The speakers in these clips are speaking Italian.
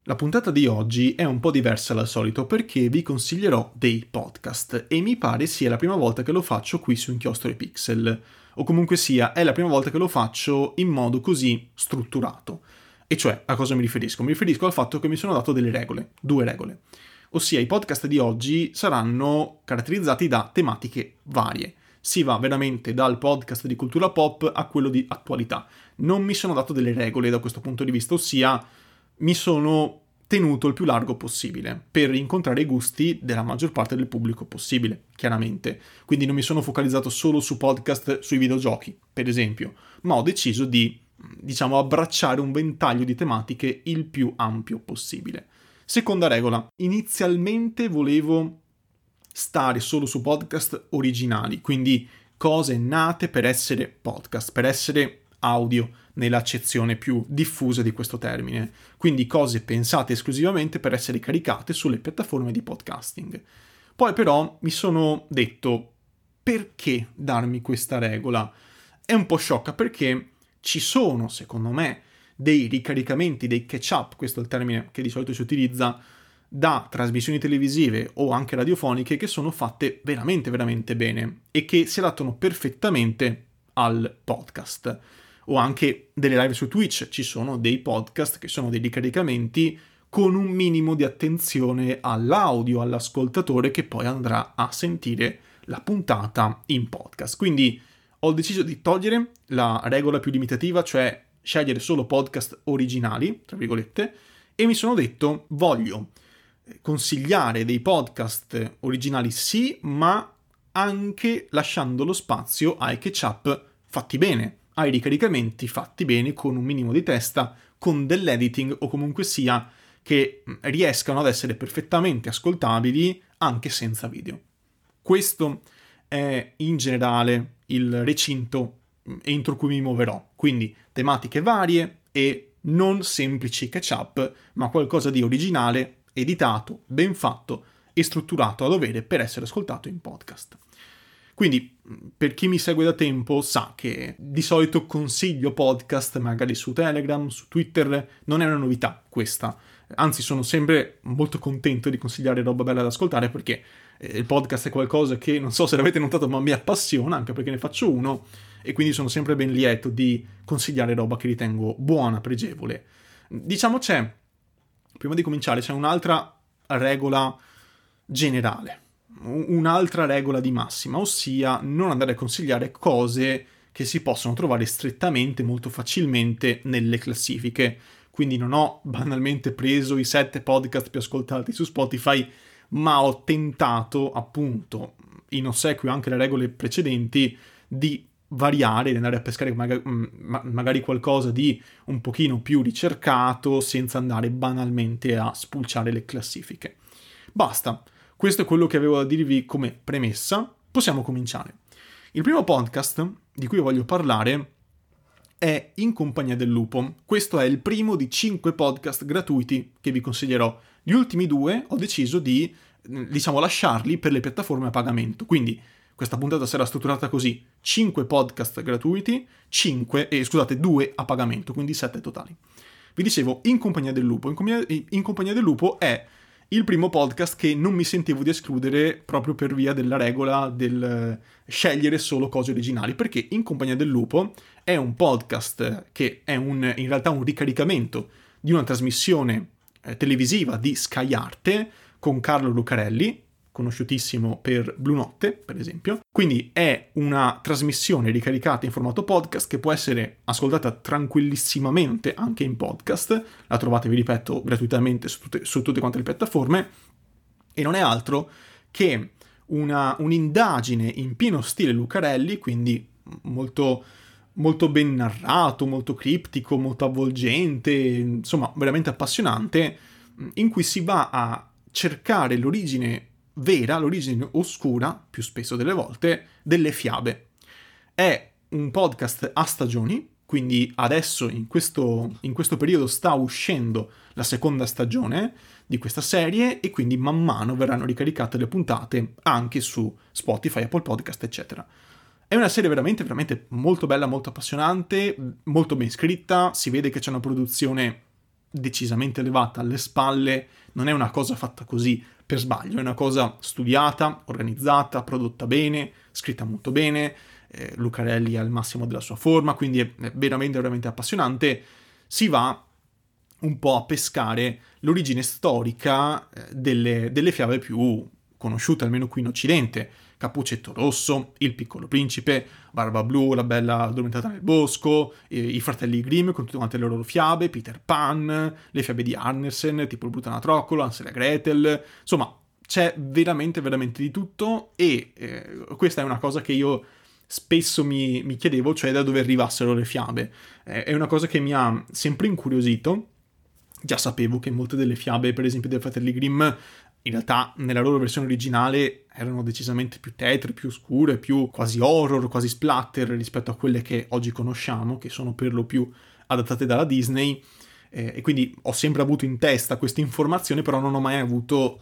La puntata di oggi è un po' diversa dal solito perché vi consiglierò dei podcast e mi pare sia la prima volta che lo faccio qui su Inchiostro e Pixel, o comunque sia, è la prima volta che lo faccio in modo così strutturato. E cioè, a cosa mi riferisco? Mi riferisco al fatto che mi sono dato delle regole, 2 regole. Ossia, i podcast di oggi saranno caratterizzati da tematiche varie. Si va veramente dal podcast di cultura pop a quello di attualità. Non mi sono dato delle regole da questo punto di vista, ossia mi sono tenuto il più largo possibile per incontrare i gusti della maggior parte del pubblico possibile, chiaramente. Quindi non mi sono focalizzato solo su podcast sui videogiochi, per esempio, ma ho deciso di, abbracciare un ventaglio di tematiche il più ampio possibile. Seconda regola, inizialmente volevo stare solo su podcast originali, quindi cose nate per essere podcast, per essere audio nell'accezione più diffusa di questo termine, quindi cose pensate esclusivamente per essere caricate sulle piattaforme di podcasting. Poi però mi sono detto, perché darmi questa regola? È un po' sciocca perché ci sono, secondo me, dei ricaricamenti, dei catch-up, questo è il termine che di solito si utilizza, da trasmissioni televisive o anche radiofoniche che sono fatte veramente, veramente bene e che si adattano perfettamente al podcast. O anche delle live su Twitch, ci sono dei podcast che sono dei ricaricamenti con un minimo di attenzione all'audio, all'ascoltatore che poi andrà a sentire la puntata in podcast. Quindi ho deciso di togliere la regola più limitativa, cioè scegliere solo podcast originali, tra virgolette, e mi sono detto voglio consigliare dei podcast originali sì, ma anche lasciando lo spazio ai catch-up fatti bene, ai ricaricamenti fatti bene con un minimo di testa, con dell'editing o comunque sia che riescano ad essere perfettamente ascoltabili anche senza video. Questo è in generale il recinto entro cui mi muoverò, quindi tematiche varie e non semplici catch-up, ma qualcosa di originale, editato, ben fatto e strutturato a dovere per essere ascoltato in podcast. Quindi, per chi mi segue da tempo sa che di solito consiglio podcast magari su Telegram, su Twitter, non è una novità questa. Anzi, sono sempre molto contento di consigliare roba bella da ascoltare perché il podcast è qualcosa che, non so se l'avete notato, ma mi appassiona, anche perché ne faccio uno, e quindi sono sempre ben lieto di consigliare roba che ritengo buona, pregevole. Prima di cominciare, c'è un'altra regola generale. Un'altra regola di massima, ossia non andare a consigliare cose che si possono trovare strettamente molto facilmente nelle classifiche. Quindi non ho banalmente preso i 7 podcast più ascoltati su Spotify, ma ho tentato, appunto, in ossequio anche alle regole precedenti, di variare, di andare a pescare magari qualcosa di un pochino più ricercato, senza andare banalmente a spulciare le classifiche. Basta. Questo è quello che avevo da dirvi come premessa. Possiamo cominciare. Il primo podcast di cui voglio parlare è In compagnia del lupo. Questo è il primo di 5 podcast gratuiti che vi consiglierò. Gli ultimi 2 ho deciso di, lasciarli per le piattaforme a pagamento. Quindi questa puntata sarà strutturata così: 5 podcast gratuiti, 2 a pagamento, quindi 7 totali. Vi dicevo, In compagnia del lupo. In compagnia del lupo è il primo podcast che non mi sentivo di escludere proprio per via della regola del scegliere solo cose originali, perché In compagnia del lupo è un podcast che è in realtà un ricaricamento di una trasmissione televisiva di Sky Arte con Carlo Lucarelli, conosciutissimo per Blu Notte, per esempio. Quindi è una trasmissione ricaricata in formato podcast che può essere ascoltata tranquillissimamente anche in podcast. La trovate, vi ripeto, gratuitamente su tutte quante le piattaforme. E non è altro che un'indagine in pieno stile Lucarelli, quindi molto, molto ben narrato, molto criptico, molto avvolgente, insomma, veramente appassionante, in cui si va a cercare l'origine vera, l'origine oscura, più spesso delle volte, delle fiabe. È un podcast a stagioni, quindi adesso in questo periodo sta uscendo la seconda stagione di questa serie e quindi man mano verranno ricaricate le puntate anche su Spotify, Apple Podcast, eccetera. È una serie veramente, veramente molto bella, molto appassionante, molto ben scritta, si vede che c'è una produzione decisamente elevata alle spalle, non è una cosa fatta così per sbaglio, è una cosa studiata, organizzata, prodotta bene, scritta molto bene. Lucarelli è al massimo della sua forma, quindi è veramente, veramente appassionante. Si va un po' a pescare l'origine storica delle fiabe più conosciute, almeno qui in Occidente. Cappuccetto Rosso, Il Piccolo Principe, Barba Blu, La Bella Addormentata nel Bosco, i Fratelli Grimm con tutte quante le loro fiabe, Peter Pan, le fiabe di Arnesen, tipo Il Brutana Trocolo, Hansel e Gretel, insomma c'è veramente, veramente di tutto e questa è una cosa che io spesso mi chiedevo, cioè da dove arrivassero le fiabe. È una cosa che mi ha sempre incuriosito. Già sapevo che molte delle fiabe, per esempio dei Fratelli Grimm, in realtà nella loro versione originale erano decisamente più tetre, più oscure, più quasi horror, quasi splatter rispetto a quelle che oggi conosciamo, che sono per lo più adattate dalla Disney, e quindi ho sempre avuto in testa questa informazione, però non ho mai avuto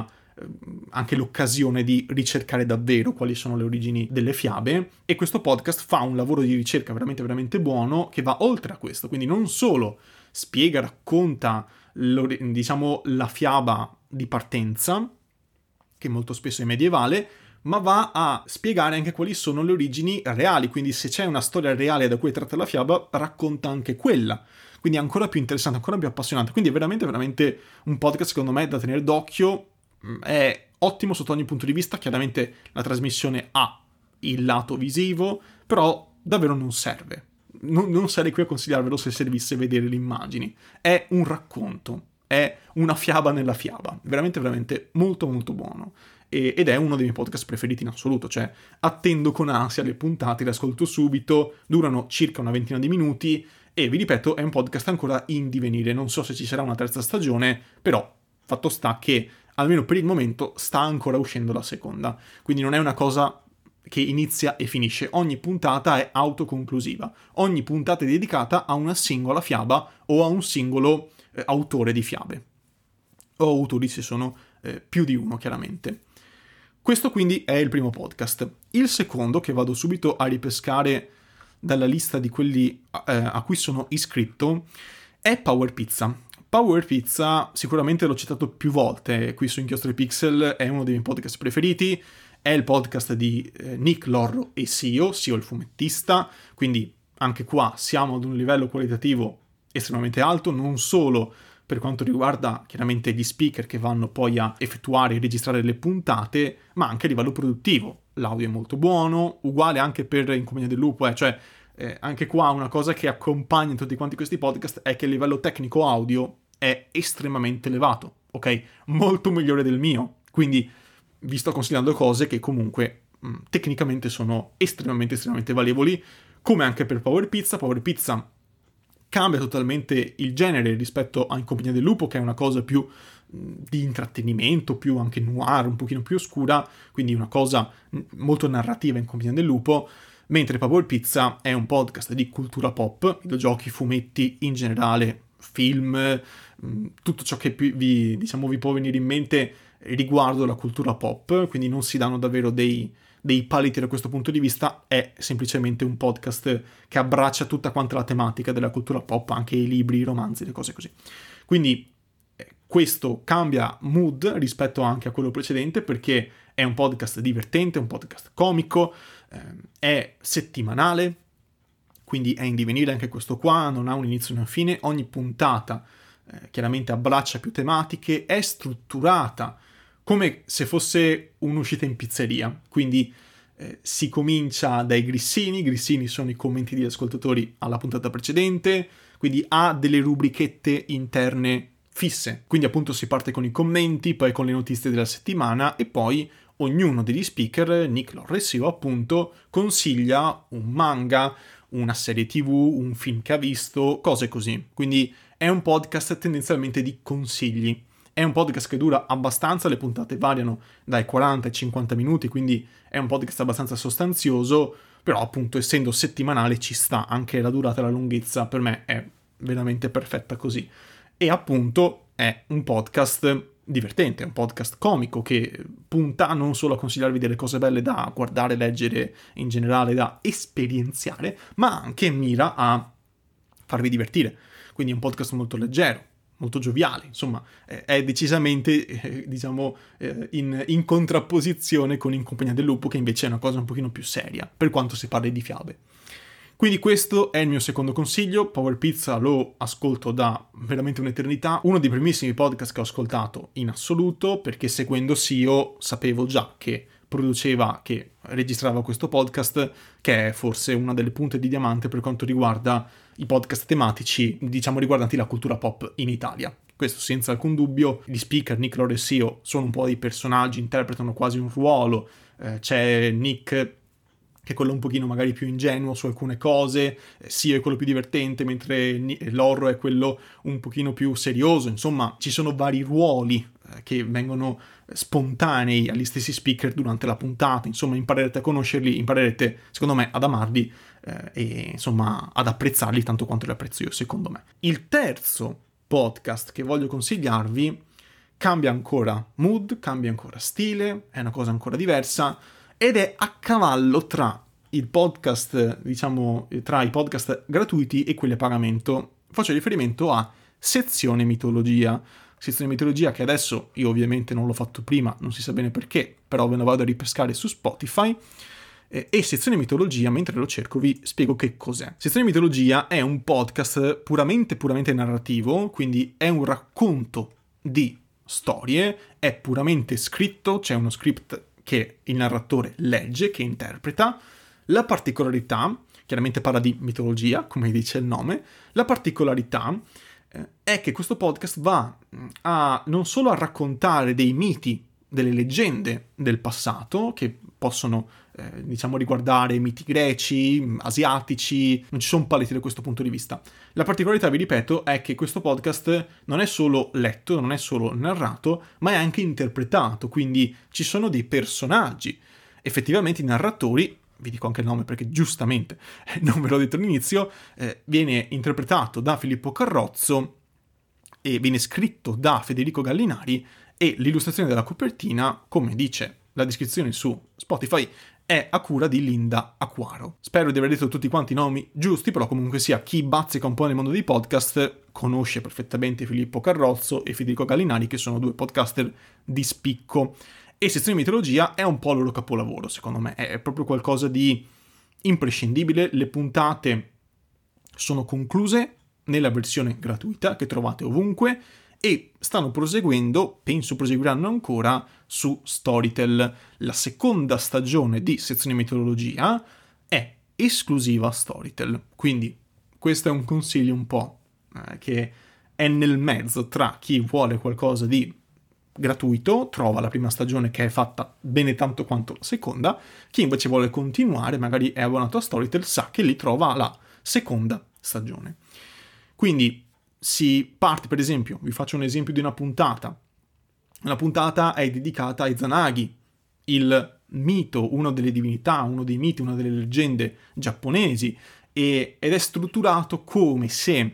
anche l'occasione di ricercare davvero quali sono le origini delle fiabe, e questo podcast fa un lavoro di ricerca veramente veramente buono che va oltre a questo, quindi non solo spiega, racconta diciamo la fiaba di partenza, che molto spesso è medievale, ma va a spiegare anche quali sono le origini reali, quindi se c'è una storia reale da cui è tratta la fiaba, racconta anche quella. Quindi è ancora più interessante, ancora più appassionante. Quindi è veramente, veramente un podcast, secondo me, da tenere d'occhio. È ottimo sotto ogni punto di vista. Chiaramente la trasmissione ha il lato visivo, però davvero non serve. Non sarei qui a consigliarvelo se servisse vedere le immagini. È un racconto, è una fiaba nella fiaba. Veramente, veramente molto, molto buono. Ed è uno dei miei podcast preferiti in assoluto, cioè attendo con ansia le puntate, le ascolto subito, durano circa una ventina di minuti e vi ripeto è un podcast ancora in divenire, non so se ci sarà una terza stagione, però fatto sta che almeno per il momento sta ancora uscendo la seconda, quindi non è una cosa che inizia e finisce, ogni puntata è autoconclusiva, ogni puntata è dedicata a una singola fiaba o a un singolo autore di fiabe, o autori se sono più di uno chiaramente. Questo quindi è il primo podcast. Il secondo, che vado subito a ripescare dalla lista di quelli a cui sono iscritto, è Power Pizza. Power Pizza sicuramente l'ho citato più volte qui su Inchiostro Pixel, è uno dei miei podcast preferiti, è il podcast di Nick Lorro e Sio il fumettista, quindi anche qua siamo ad un livello qualitativo estremamente alto, non solo per quanto riguarda chiaramente gli speaker che vanno poi a effettuare e registrare le puntate, ma anche a livello produttivo. L'audio è molto buono, uguale anche per In Compagnia del Lupo, cioè anche qua una cosa che accompagna tutti quanti questi podcast è che il livello tecnico audio è estremamente elevato, ok? Molto migliore del mio, quindi vi sto consigliando cose che comunque tecnicamente sono estremamente, estremamente valevoli, come anche per Power Pizza. Power Pizza cambia totalmente il genere rispetto a In Compagnia del Lupo, che è una cosa più di intrattenimento, più anche noir, un pochino più oscura, quindi una cosa molto narrativa In Compagnia del Lupo, mentre Power Pizza è un podcast di cultura pop, videogiochi, fumetti in generale, film, tutto ciò che vi può venire in mente riguardo la cultura pop, quindi non si danno davvero dei paletti da questo punto di vista, è semplicemente un podcast che abbraccia tutta quanta la tematica della cultura pop, anche i libri, i romanzi, le cose così. Quindi questo cambia mood rispetto anche a quello precedente, perché è un podcast divertente, un podcast comico, è settimanale, quindi è in divenire anche questo qua, non ha un inizio e una fine, ogni puntata chiaramente abbraccia più tematiche, è strutturata come se fosse un'uscita in pizzeria, quindi si comincia dai grissini sono i commenti degli ascoltatori alla puntata precedente, quindi ha delle rubrichette interne fisse, quindi appunto si parte con i commenti, poi con le notizie della settimana e poi ognuno degli speaker, Nick Lorresio appunto, consiglia un manga, una serie TV, un film che ha visto, cose così, quindi è un podcast tendenzialmente di consigli. È un podcast che dura abbastanza, le puntate variano dai 40 ai 50 minuti, quindi è un podcast abbastanza sostanzioso, però appunto essendo settimanale ci sta, anche la durata e la lunghezza per me è veramente perfetta così. E appunto è un podcast divertente, è un podcast comico che punta non solo a consigliarvi delle cose belle da guardare, leggere, in generale da esperienziare, ma anche mira a farvi divertire. Quindi è un podcast molto leggero, molto gioviale, insomma, è decisamente, in contrapposizione con In compagnia del lupo, che invece è una cosa un pochino più seria, per quanto si parli di fiabe. Quindi questo è il mio secondo consiglio. Power Pizza lo ascolto da veramente un'eternità, uno dei primissimi podcast che ho ascoltato in assoluto, perché seguendo Sio sapevo già che registrava questo podcast, che è forse una delle punte di diamante per quanto riguarda i podcast tematici, diciamo riguardanti la cultura pop in Italia. Questo senza alcun dubbio. Gli speaker Nick, Lore e Sio sono un po' dei personaggi, interpretano quasi un ruolo. C'è Nick, che è quello un pochino magari più ingenuo su alcune cose, Sio è quello più divertente, mentre Lorro è quello un pochino più serioso. Insomma, ci sono vari ruoli che vengono spontanei agli stessi speaker durante la puntata. Insomma, imparerete a conoscerli, imparerete, secondo me, ad amarli e insomma ad apprezzarli tanto quanto li apprezzo io, secondo me. Il terzo podcast che voglio consigliarvi cambia ancora mood, cambia ancora stile, è una cosa ancora diversa, ed è a cavallo tra il podcast, tra i podcast gratuiti e quelli a pagamento. Faccio riferimento a Sezione Mitologia. Sezione Mitologia che adesso, io ovviamente non l'ho fatto prima, non si sa bene perché, però ve lo vado a ripescare su Spotify. E Sezione Mitologia, mentre lo cerco, vi spiego che cos'è. Sezione Mitologia è un podcast puramente narrativo, quindi è un racconto di storie, è puramente scritto, c'è uno script che il narratore legge, che interpreta. La particolarità, chiaramente parla di mitologia, come dice il nome, la particolarità è che questo podcast va a non solo a raccontare dei miti, delle leggende del passato, che possono riguardare miti greci, asiatici, non ci sono paletti da questo punto di vista. La particolarità, vi ripeto, è che questo podcast non è solo letto, non è solo narrato, ma è anche interpretato, quindi ci sono dei personaggi. Effettivamente i narratori, vi dico anche il nome perché giustamente non ve l'ho detto all'inizio, viene interpretato da Filippo Carrozzo e viene scritto da Federico Gallinari, e l'illustrazione della copertina, come dice la descrizione su Spotify, è a cura di Linda Acquaro. Spero di aver detto tutti quanti i nomi giusti, però comunque sia, chi bazzica un po' nel mondo dei podcast conosce perfettamente Filippo Carrozzo e Federico Gallinari, che sono due podcaster di spicco. E Sezione Mitologia è un po' il loro capolavoro, secondo me. È proprio qualcosa di imprescindibile. Le puntate sono concluse nella versione gratuita, che trovate ovunque, e stanno proseguendo, penso proseguiranno ancora, su Storytel. La seconda stagione di Sezione Mitologia è esclusiva Storytel, quindi questo è un consiglio un po' che è nel mezzo tra chi vuole qualcosa di gratuito, trova la prima stagione che è fatta bene tanto quanto la seconda, chi invece vuole continuare, magari è abbonato a Storytel, sa che lì trova la seconda stagione. Quindi si parte, per esempio, vi faccio un esempio di una puntata. La puntata è dedicata ai Izanagi, il mito, una delle divinità, uno dei miti, una delle leggende giapponesi, ed è strutturato come se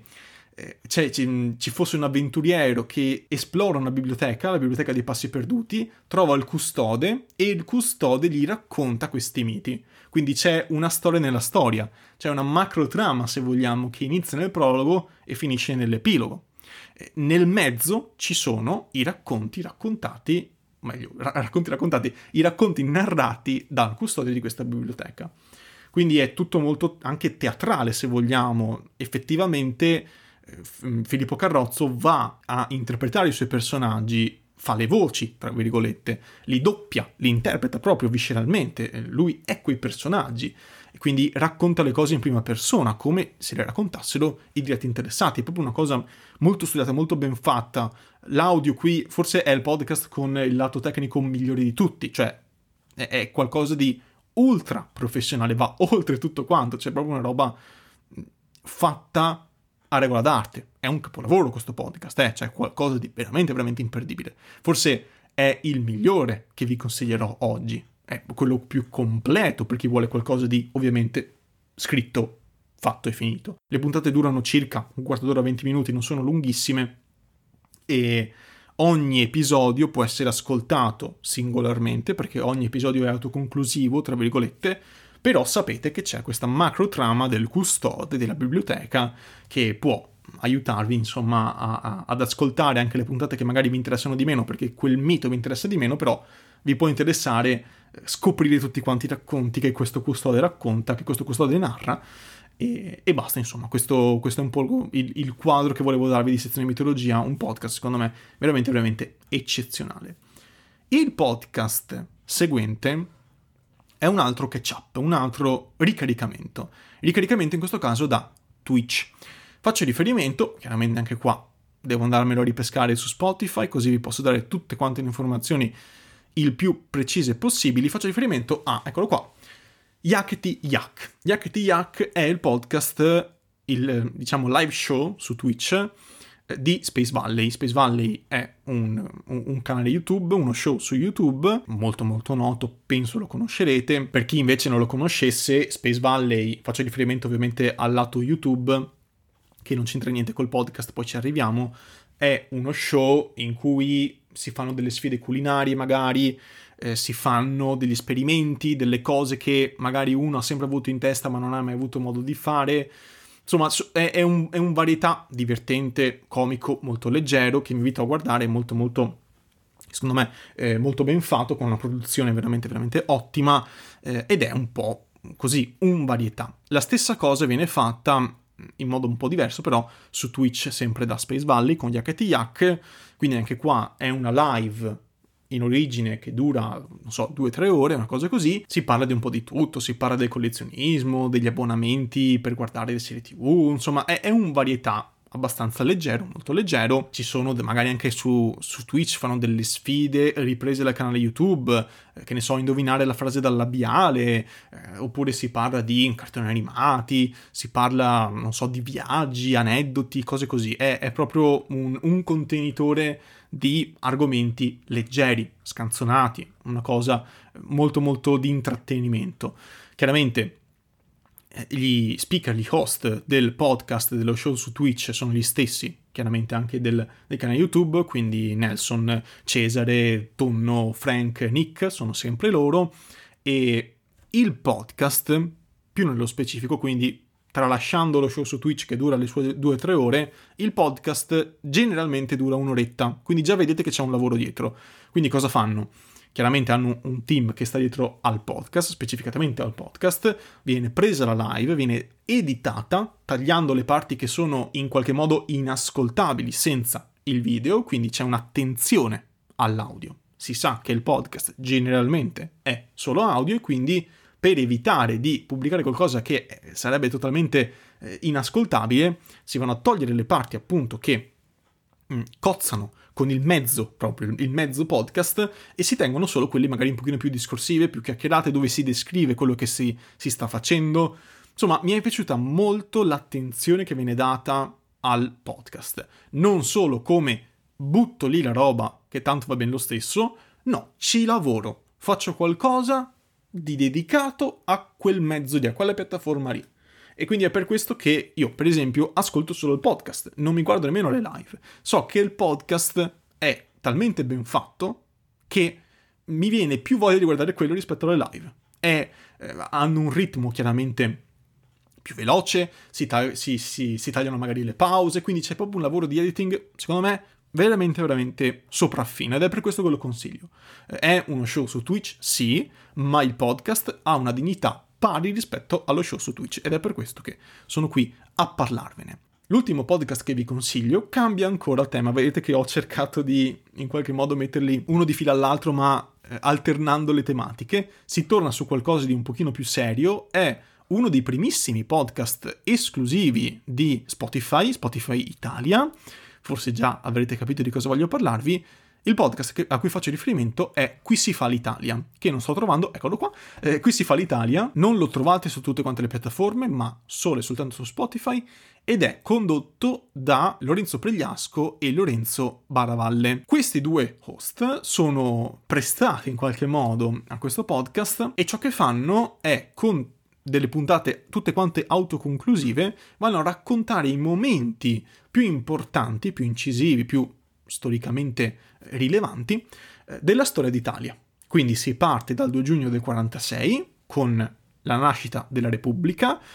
ci fosse un avventuriero che esplora una biblioteca, la biblioteca dei passi perduti, trova il custode e il custode gli racconta questi miti. Quindi c'è una storia nella storia, c'è una macro trama, se vogliamo, che inizia nel prologo e finisce nell'epilogo. Nel mezzo ci sono i racconti raccontati, i racconti narrati dal custode di questa biblioteca. Quindi è tutto molto anche teatrale, se vogliamo. Effettivamente Filippo Carrozzo va a interpretare i suoi personaggi, fa le voci, tra virgolette, li doppia, li interpreta proprio visceralmente, lui è quei personaggi, e quindi racconta le cose in prima persona, come se le raccontassero i diretti interessati. È proprio una cosa molto studiata, molto ben fatta. L'audio qui forse è il podcast con il lato tecnico migliore di tutti, cioè è qualcosa di ultra professionale, va oltre tutto quanto, c'è proprio una roba fatta a regola d'arte. È un capolavoro questo podcast, cioè qualcosa di veramente, veramente imperdibile. Forse è il migliore che vi consiglierò oggi, è quello più completo per chi vuole qualcosa di, ovviamente, scritto, fatto e finito. Le puntate durano circa un quarto d'ora, 20 minuti, non sono lunghissime, e ogni episodio può essere ascoltato singolarmente, perché ogni episodio è autoconclusivo, tra virgolette, però sapete che c'è questa macro trama del custode della biblioteca che può aiutarvi insomma ad ascoltare anche le puntate che magari vi interessano di meno, perché quel mito vi interessa di meno, però vi può interessare scoprire tutti quanti i racconti che questo custode racconta, che questo custode narra, e basta, insomma. Questo è un po' il quadro che volevo darvi di Sezione Mitologia, un podcast secondo me veramente veramente eccezionale. Il podcast seguente è un altro catch-up, un altro ricaricamento in questo caso da Twitch. Faccio riferimento, chiaramente anche qua devo andarmelo a ripescare su Spotify, così vi posso dare tutte quante le informazioni il più precise possibili. Faccio riferimento a, eccolo qua, Yakety Yak. Yakety Yak è il podcast, il diciamo live show su Twitch di Space Valley. Space Valley è un canale YouTube, uno show su YouTube, molto molto noto, penso lo conoscerete. Per chi invece non lo conoscesse, Space Valley, faccio riferimento ovviamente al lato YouTube, che non c'entra niente col podcast, poi ci arriviamo, è uno show in cui si fanno delle sfide culinarie magari, si fanno degli esperimenti, delle cose che magari uno ha sempre avuto in testa ma non ha mai avuto modo di fare. Insomma, è un varietà divertente, comico, molto leggero, che mi invito a guardare, molto molto, secondo me, molto ben fatto, con una produzione veramente veramente ottima, ed è un po' così, un varietà. La stessa cosa viene fatta in modo un po' diverso però su Twitch, sempre da Space Valley, con Yakety Yak, quindi anche qua è una live in origine che dura, non so, 2-3 ore, una cosa così. Si parla di un po' di tutto, si parla del collezionismo, degli abbonamenti per guardare le serie TV, insomma è un varietà abbastanza leggero, molto leggero. Ci sono magari anche su Twitch fanno delle sfide riprese dal canale YouTube, che ne so, indovinare la frase dal labiale, oppure si parla di cartoni animati, si parla, non so, di viaggi, aneddoti, cose così. È proprio un contenitore di argomenti leggeri, scanzonati, una cosa molto molto di intrattenimento. Chiaramente gli speaker, gli host del podcast, dello show su Twitch sono gli stessi, chiaramente anche del canale YouTube, quindi Nelson, Cesare, Tonno, Frank, Nick, sono sempre loro, e il podcast, più nello specifico, quindi tralasciando lo show su Twitch che dura le sue 2-3 ore, il podcast generalmente dura un'oretta, quindi già vedete che c'è un lavoro dietro. Quindi cosa fanno? Chiaramente hanno un team che sta dietro al podcast, specificatamente al podcast, viene presa la live, viene editata, tagliando le parti che sono in qualche modo inascoltabili senza il video, quindi c'è un'attenzione all'audio. Si sa che il podcast generalmente è solo audio e quindi per evitare di pubblicare qualcosa che sarebbe totalmente inascoltabile, si vanno a togliere le parti appunto che cozzano con il mezzo, proprio il mezzo podcast, e si tengono solo quelli magari un pochino più discorsive, più chiacchierate, dove si descrive quello che si sta facendo. Insomma, mi è piaciuta molto l'attenzione che viene data al podcast. Non solo come butto lì la roba, che tanto va bene lo stesso, no, ci lavoro, faccio qualcosa di dedicato a quel mezzo lì, a quella piattaforma lì. E quindi è per questo che io, per esempio, ascolto solo il podcast, non mi guardo nemmeno le live. So che il podcast è talmente ben fatto che mi viene più voglia di guardare quello rispetto alle live. Hanno un ritmo chiaramente più veloce, si tagliano magari le pause, quindi c'è proprio un lavoro di editing, secondo me, veramente veramente sopraffino, ed è per questo che lo consiglio. È uno show su Twitch, sì, ma il podcast ha una dignità pari rispetto allo show su Twitch, ed è per questo che sono qui a parlarvene. L'ultimo podcast che vi consiglio cambia ancora tema. Vedete che ho cercato di in qualche modo metterli uno di fila all'altro, ma alternando le tematiche. Si torna su qualcosa di un pochino più serio. È uno dei primissimi podcast esclusivi di Spotify Italia. Forse già avrete capito di cosa voglio parlarvi. Il podcast a cui faccio riferimento è Qui si fa l'Italia, che non sto trovando, eccolo qua. Qui si fa l'Italia, non lo trovate su tutte quante le piattaforme, ma solo e soltanto su Spotify, ed è condotto da Lorenzo Pregliasco e Lorenzo Baravalle. Questi due host sono prestati in qualche modo a questo podcast, e ciò che fanno è, con delle puntate tutte quante autoconclusive, vanno a raccontare i momenti più importanti, più incisivi, più storicamente rilevanti della storia d'Italia. Quindi si parte dal 2 giugno del 46 con la nascita della Repubblica,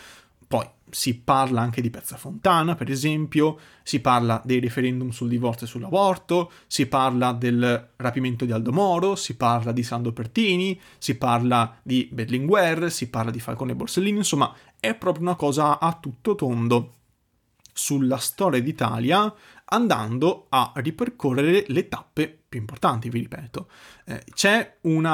Poi si parla anche di Piazza Fontana, per esempio, si parla dei referendum sul divorzio e sull'aborto, si parla del rapimento di Aldo Moro, si parla di Sandro Pertini, si parla di Berlinguer, si parla di Falcone e Borsellino, insomma è proprio una cosa a tutto tondo sulla storia d'Italia, andando a ripercorrere le tappe più importanti, vi ripeto. C'è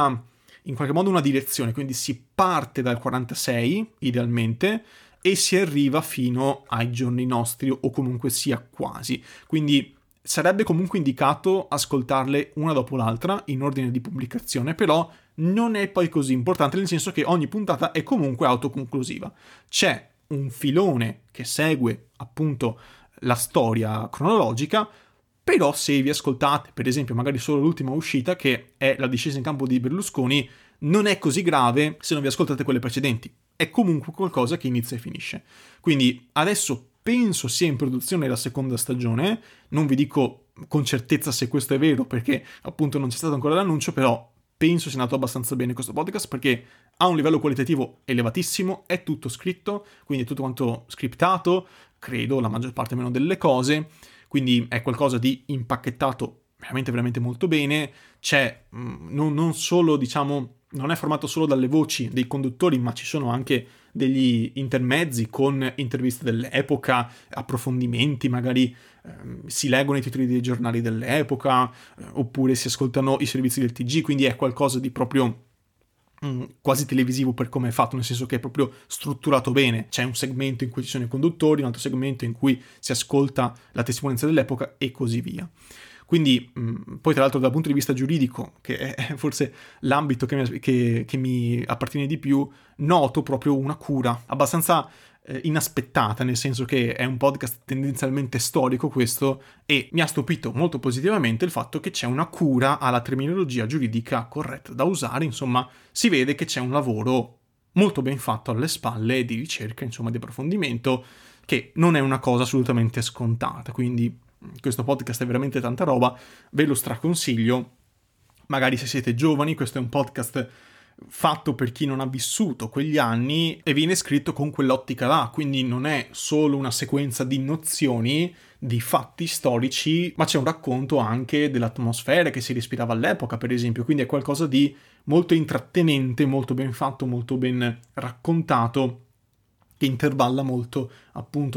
in qualche modo una direzione, quindi si parte dal 46, idealmente, e si arriva fino ai giorni nostri, o comunque sia quasi. Quindi sarebbe comunque indicato ascoltarle una dopo l'altra, in ordine di pubblicazione, però non è poi così importante, nel senso che ogni puntata è comunque autoconclusiva. C'è un filone che segue appunto la storia cronologica, però se vi ascoltate, per esempio, magari solo l'ultima uscita, che è la discesa in campo di Berlusconi, non è così grave se non vi ascoltate quelle precedenti. È comunque qualcosa che inizia e finisce. Quindi adesso penso sia in produzione la seconda stagione, non vi dico con certezza se questo è vero, perché appunto non c'è stato ancora l'annuncio, però penso sia andato abbastanza bene questo podcast, perché ha un livello qualitativo elevatissimo, è tutto scritto, quindi è tutto quanto scriptato, credo, la maggior parte almeno delle cose, quindi è qualcosa di impacchettato veramente veramente molto bene. C'è non solo, diciamo, non è formato solo dalle voci dei conduttori, ma ci sono anche degli intermezzi con interviste dell'epoca, approfondimenti, magari si leggono i titoli dei giornali dell'epoca, oppure si ascoltano i servizi del TG, quindi è qualcosa di proprio quasi televisivo per come è fatto, nel senso che è proprio strutturato bene. C'è un segmento in cui ci sono i conduttori, un altro segmento in cui si ascolta la testimonianza dell'epoca e così via. Quindi, poi tra l'altro dal punto di vista giuridico, che è forse l'ambito che mi appartiene di più, noto proprio una cura abbastanza inaspettata, nel senso che è un podcast tendenzialmente storico questo, e mi ha stupito molto positivamente il fatto che c'è una cura alla terminologia giuridica corretta da usare. Insomma, si vede che c'è un lavoro molto ben fatto alle spalle di ricerca, insomma, di approfondimento, che non è una cosa assolutamente scontata. Quindi questo podcast è veramente tanta roba, ve lo straconsiglio. Magari se siete giovani, questo è un podcast fatto per chi non ha vissuto quegli anni e viene scritto con quell'ottica là, quindi non è solo una sequenza di nozioni, di fatti storici, ma c'è un racconto anche dell'atmosfera che si respirava all'epoca, per esempio, quindi è qualcosa di molto intrattenente, molto ben fatto, molto ben raccontato, che intervalla molto appunto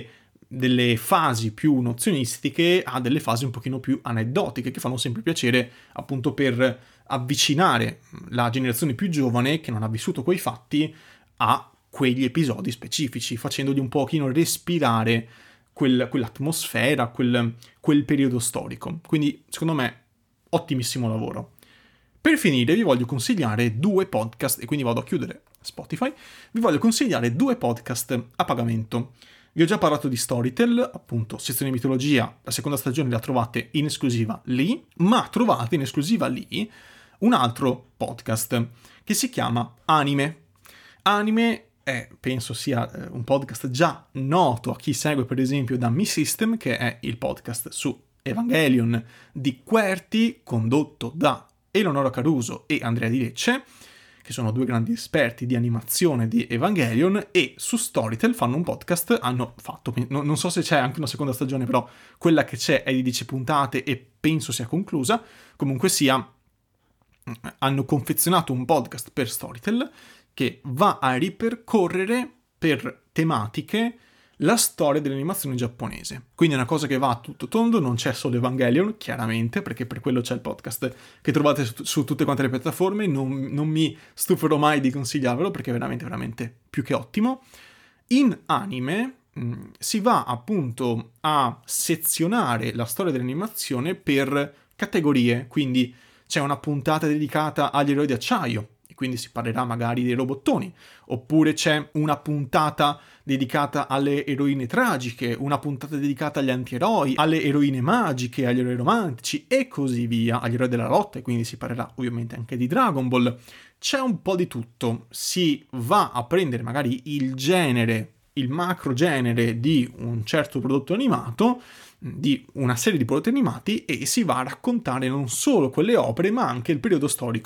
delle fasi più nozionistiche a delle fasi un pochino più aneddotiche, che fanno sempre piacere appunto per avvicinare la generazione più giovane che non ha vissuto quei fatti a quegli episodi specifici, facendogli un pochino respirare quell'atmosfera, quel periodo storico. Quindi secondo me ottimissimo lavoro. Per finire vi voglio consigliare 2 podcast, e quindi vado a chiudere Spotify, vi voglio consigliare 2 podcast a pagamento. Vi ho già parlato di Storytel, appunto, sezione mitologia, la seconda stagione la trovate in esclusiva lì, ma trovate in esclusiva lì un altro podcast che si chiama Anime. Anime penso sia un podcast già noto a chi segue per esempio Dummy System, che è il podcast su Evangelion di Querti, condotto da Eleonora Caruso e Andrea Di Lecce, che sono 2 grandi esperti di animazione di Evangelion, e su Storytel fanno un podcast, hanno fatto, non so se c'è anche una seconda stagione, però quella che c'è è di 10 puntate e penso sia conclusa. Comunque sia, hanno confezionato un podcast per Storytel che va a ripercorrere per tematiche la storia dell'animazione giapponese. Quindi è una cosa che va a tutto tondo, non c'è solo Evangelion, chiaramente, perché per quello c'è il podcast che trovate su tutte quante le piattaforme, non mi stuferò mai di consigliarvelo perché è veramente, veramente più che ottimo. In Anime si va appunto a sezionare la storia dell'animazione per categorie, quindi c'è una puntata dedicata agli eroi di acciaio, quindi si parlerà magari dei robottoni, oppure c'è una puntata dedicata alle eroine tragiche, una puntata dedicata agli antieroi, alle eroine magiche, agli eroi romantici e così via, agli eroi della lotta, e quindi si parlerà ovviamente anche di Dragon Ball. C'è un po' di tutto, si va a prendere magari il genere, il macro genere di un certo prodotto animato, di una serie di prodotti animati, e si va a raccontare non solo quelle opere ma anche il periodo storico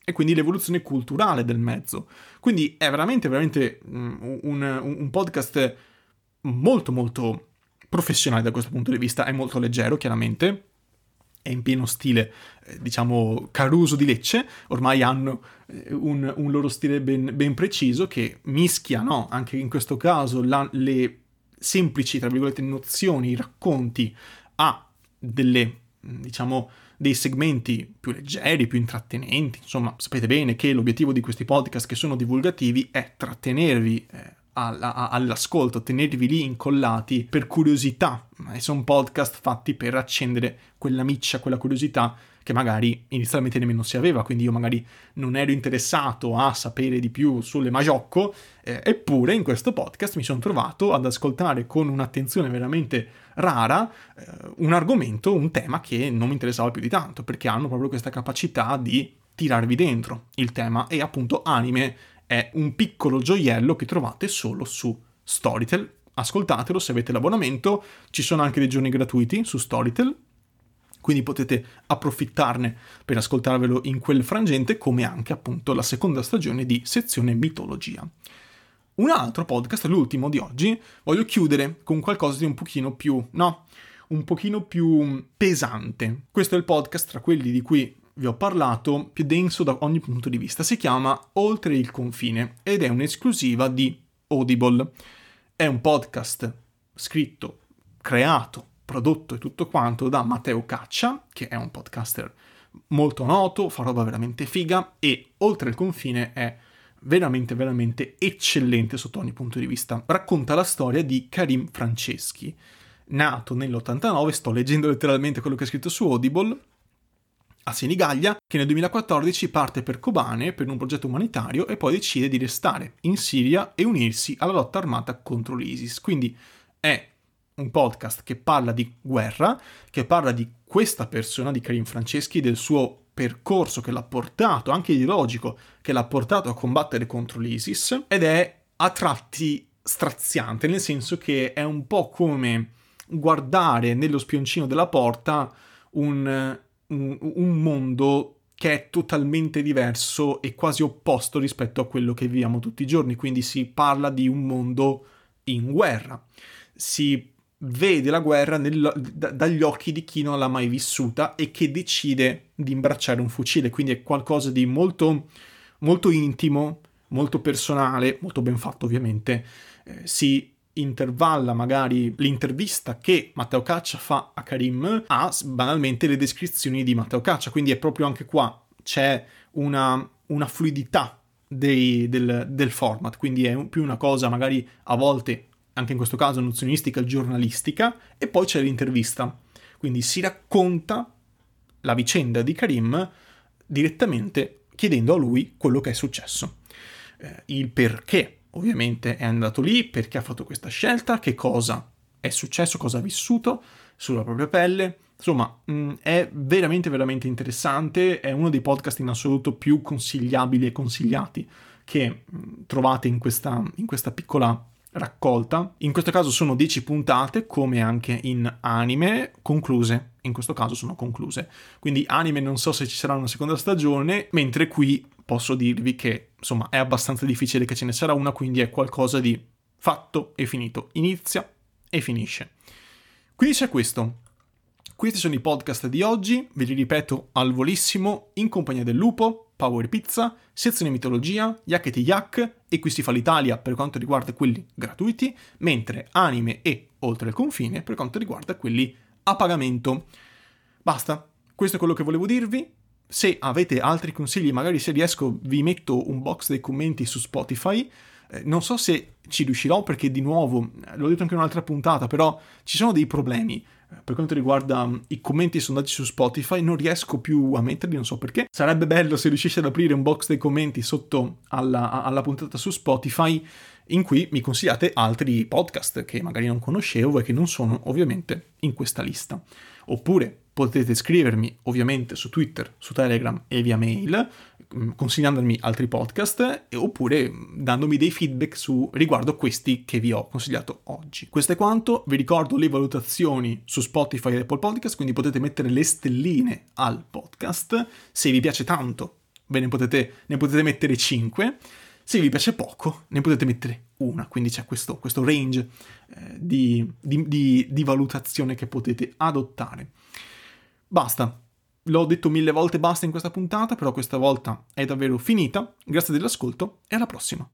e quindi l'evoluzione culturale del mezzo. Quindi è veramente, veramente un podcast molto, molto professionale da questo punto di vista, è molto leggero, chiaramente, è in pieno stile, diciamo, Caruso di Lecce, ormai hanno un loro stile ben preciso che mischia, no? Anche in questo caso le semplici, tra virgolette, nozioni, racconti a delle, diciamo, dei segmenti più leggeri, più intrattenenti. Insomma, sapete bene che l'obiettivo di questi podcast che sono divulgativi è trattenervi all'ascolto, tenervi lì incollati per curiosità. E sono podcast fatti per accendere quella miccia, quella curiosità che magari inizialmente nemmeno si aveva, quindi io magari non ero interessato a sapere di più sulle Majocco, eppure in questo podcast mi sono trovato ad ascoltare con un'attenzione veramente rara un argomento, un tema che non mi interessava più di tanto, perché hanno proprio questa capacità di tirarvi dentro il tema, e appunto Anime è un piccolo gioiello che trovate solo su Storytel. Ascoltatelo se avete l'abbonamento, ci sono anche dei giorni gratuiti su Storytel, quindi potete approfittarne per ascoltarvelo in quel frangente, come anche appunto la seconda stagione di Sezione Mitologia. Un altro podcast, l'ultimo di oggi, voglio chiudere con qualcosa di un pochino più pesante. Questo è il podcast tra quelli di cui vi ho parlato più denso da ogni punto di vista. Si chiama Oltre il confine ed è un'esclusiva di Audible. È un podcast scritto, creato, prodotto e tutto quanto da Matteo Caccia, che è un podcaster molto noto, fa roba veramente figa, e Oltre il confine è veramente, veramente eccellente sotto ogni punto di vista. Racconta la storia di Karim Franceschi, nato nell'89, sto leggendo letteralmente quello che è scritto su Audible, a Senigallia, che nel 2014 parte per Kobane per un progetto umanitario e poi decide di restare in Siria e unirsi alla lotta armata contro l'ISIS. Quindi è un podcast che parla di guerra, che parla di questa persona, di Karim Franceschi, del suo percorso che l'ha portato, anche ideologico, che l'ha portato a combattere contro l'ISIS, ed è a tratti straziante, nel senso che è un po' come guardare nello spioncino della porta un mondo che è totalmente diverso e quasi opposto rispetto a quello che viviamo tutti i giorni. Quindi si parla di un mondo in guerra, si vede la guerra dagli occhi di chi non l'ha mai vissuta e che decide di imbracciare un fucile, quindi è qualcosa di molto, molto intimo, molto personale, molto ben fatto ovviamente. Si intervalla magari l'intervista che Matteo Caccia fa a Karim a banalmente le descrizioni di Matteo Caccia, quindi è proprio anche qua c'è una fluidità del format, quindi è più una cosa magari a volte, anche in questo caso nozionistica, giornalistica, e poi c'è l'intervista, quindi si racconta la vicenda di Karim direttamente chiedendo a lui quello che è successo, il perché ovviamente è andato lì, perché ha fatto questa scelta, che cosa è successo, cosa ha vissuto sulla propria pelle. Insomma, è veramente, veramente interessante, è uno dei podcast in assoluto più consigliabili e consigliati che trovate in questa piccola raccolta. In questo caso sono 10 puntate, come anche in Anime, concluse. In questo caso sono concluse. Quindi Anime non so se ci sarà una seconda stagione, mentre qui posso dirvi che, insomma, è abbastanza difficile che ce ne sarà una, quindi è qualcosa di fatto e finito. Inizia e finisce. Quindi c'è questo. Questi sono i podcast di oggi, ve li ripeto al volissimo, in compagnia del Lupo, Power Pizza, Sezione Mitologia, Yakety Yak e Qui si fa l'Italia per quanto riguarda quelli gratuiti, mentre Anime e Oltre il confine per quanto riguarda quelli a pagamento. Basta, questo è quello che volevo dirvi. Se avete altri consigli, magari se riesco vi metto un box dei commenti su Spotify. Non so se ci riuscirò perché di nuovo, l'ho detto anche in un'altra puntata, però ci sono dei problemi per quanto riguarda i commenti e i sondaggi su Spotify, non riesco più a metterli, non so perché. Sarebbe bello se riuscissi ad aprire un box dei commenti sotto alla puntata su Spotify in cui mi consigliate altri podcast che magari non conoscevo e che non sono ovviamente in questa lista. Oppure potete scrivermi ovviamente su Twitter, su Telegram e via mail, consigliandomi altri podcast oppure dandomi dei feedback riguardo questi che vi ho consigliato oggi. Questo è quanto. Vi ricordo le valutazioni su Spotify e Apple Podcast, quindi potete mettere le stelline al podcast. Se vi piace tanto ve ne potete mettere 5. Se vi piace poco, ne potete mettere una, quindi c'è questo range di valutazione che potete adottare. Basta, l'ho detto 1000 volte basta in questa puntata, però questa volta è davvero finita. Grazie dell'ascolto e alla prossima.